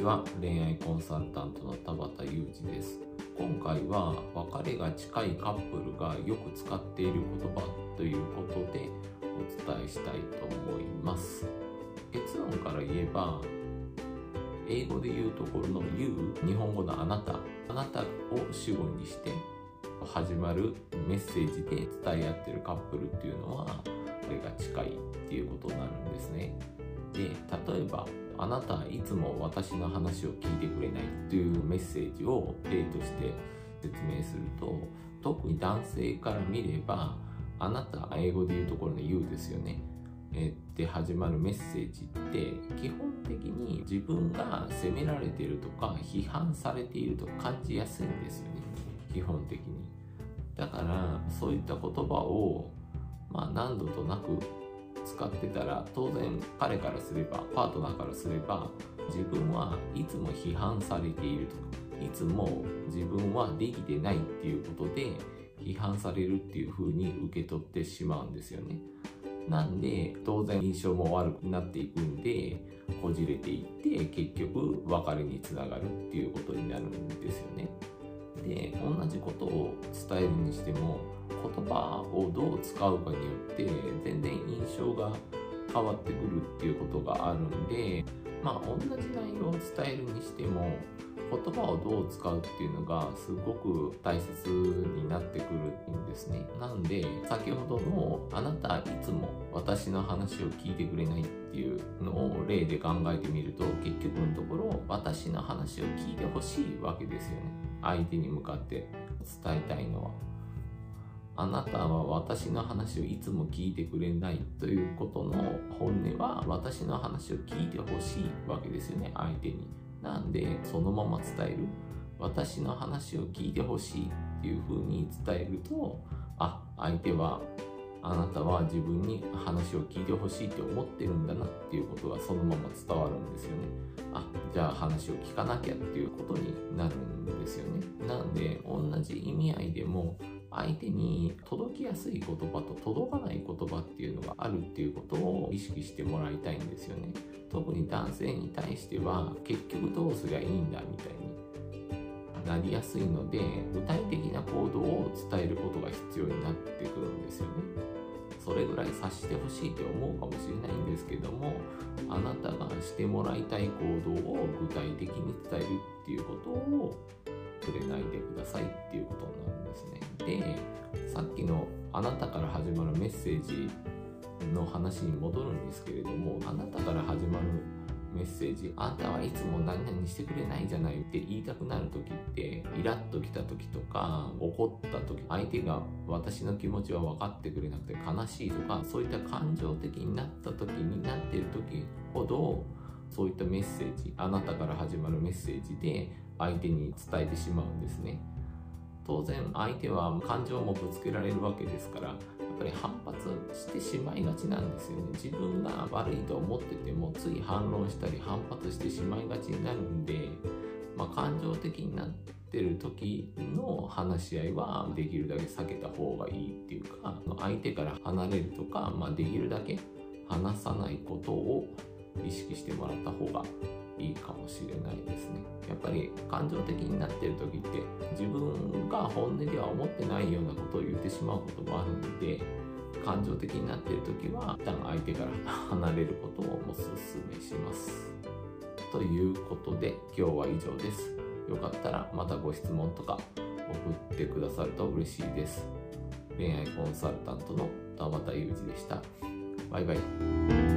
ちは。恋愛コンサルタントの田畑裕二です。今回は別れが近いカップルがよく使っている言葉ということでお伝えしたいと思います。結論から言えば、英語で言うところの You、 日本語のあなたを主語にして始まるメッセージで伝え合っているカップルっていうのはこれが近いっていうことになるんですね。で、例えばあなたいつも私の話を聞いてくれないというメッセージを例として説明すると、特に男性から見ればあなた、英語で言うところの You ですよね。で始まるメッセージって基本的に自分が責められているとか批判されていると感じやすいんですよね、基本的に。だからそういった言葉を何度となく使ってたら、当然彼からすれば、パートナーからすれば、自分はいつも批判されているとか、いつも自分はできてないっていうことで批判されるっていう風に受け取ってしまうんですよね。なんで当然印象も悪くなっていくんで、こじれていって結局別れにつながるっていうことになるんですよね。で、同じことを伝えるにしても言葉をどう使うかによって全然印象が変わってくるっていうことがあるんで、同じ内容を伝えるにしても言葉をどう使うっていうのがすごく大切になってくるんですね。なんで先ほどのあなたいつも私の話を聞いてくれないっていうのを例で考えてみると、結局のところ私の話を聞いてほしいわけですよね。相手に向かって伝えたいのは、あなたは私の話をいつも聞いてくれないということの本音は私の話を聞いてほしいわけですよね、相手に。なんでそのまま伝える、私の話を聞いてほしいっていう風に伝えると、相手はあなたは自分に話を聞いてほしいって思ってるんだなっていうことがそのまま伝わるんですよね。じゃあ話を聞かなきゃっていうことになるんですよね。なんで同じ意味合いでも相手に届きやすい言葉と届かない言葉っていうのがあるっていうことを意識してもらいたいんですよね。特に男性に対しては結局どうすりゃいいんだみたいになりやすいので、具体的な行動を伝えることが必要になってくるんですよね。それぐらい察してほしいって思うかもしれないんですけども、あなたがしてもらいたい行動を具体的に伝えるっていうことを触れないでくださいっていうことになるんですね。で、さっきのあなたから始まるメッセージの話に戻るんですけれども、あなたから始まるメッセージ、あなたはいつも何々してくれないじゃないって言いたくなる時って、イラッときた時とか怒った時、相手が私の気持ちは分かってくれなくて悲しいとか、そういった感情的になった時になっている時ほど、そういったメッセージ、あなたから始まるメッセージで相手に伝えてしまうんですね。当然相手は感情もぶつけられるわけですから、やっぱり反発してしまいがちなんですよね。自分が悪いと思っててもつい反論したり反発してしまいがちになるんで、感情的になってる時の話し合いはできるだけ避けた方がいいっていうか、相手から離れるとか、できるだけ話さないことを意識してもらった方がいいかもしれないですね。やっぱり感情的になってる時って自分が本音では思ってないようなことを言ってしまうこともあるので、感情的になっている時は一旦相手から離れることをお勧めします。ということで今日は以上です。よかったらまたご質問とか送ってくださると嬉しいです。恋愛コンサルタントの田畑裕二でした。バイバイ。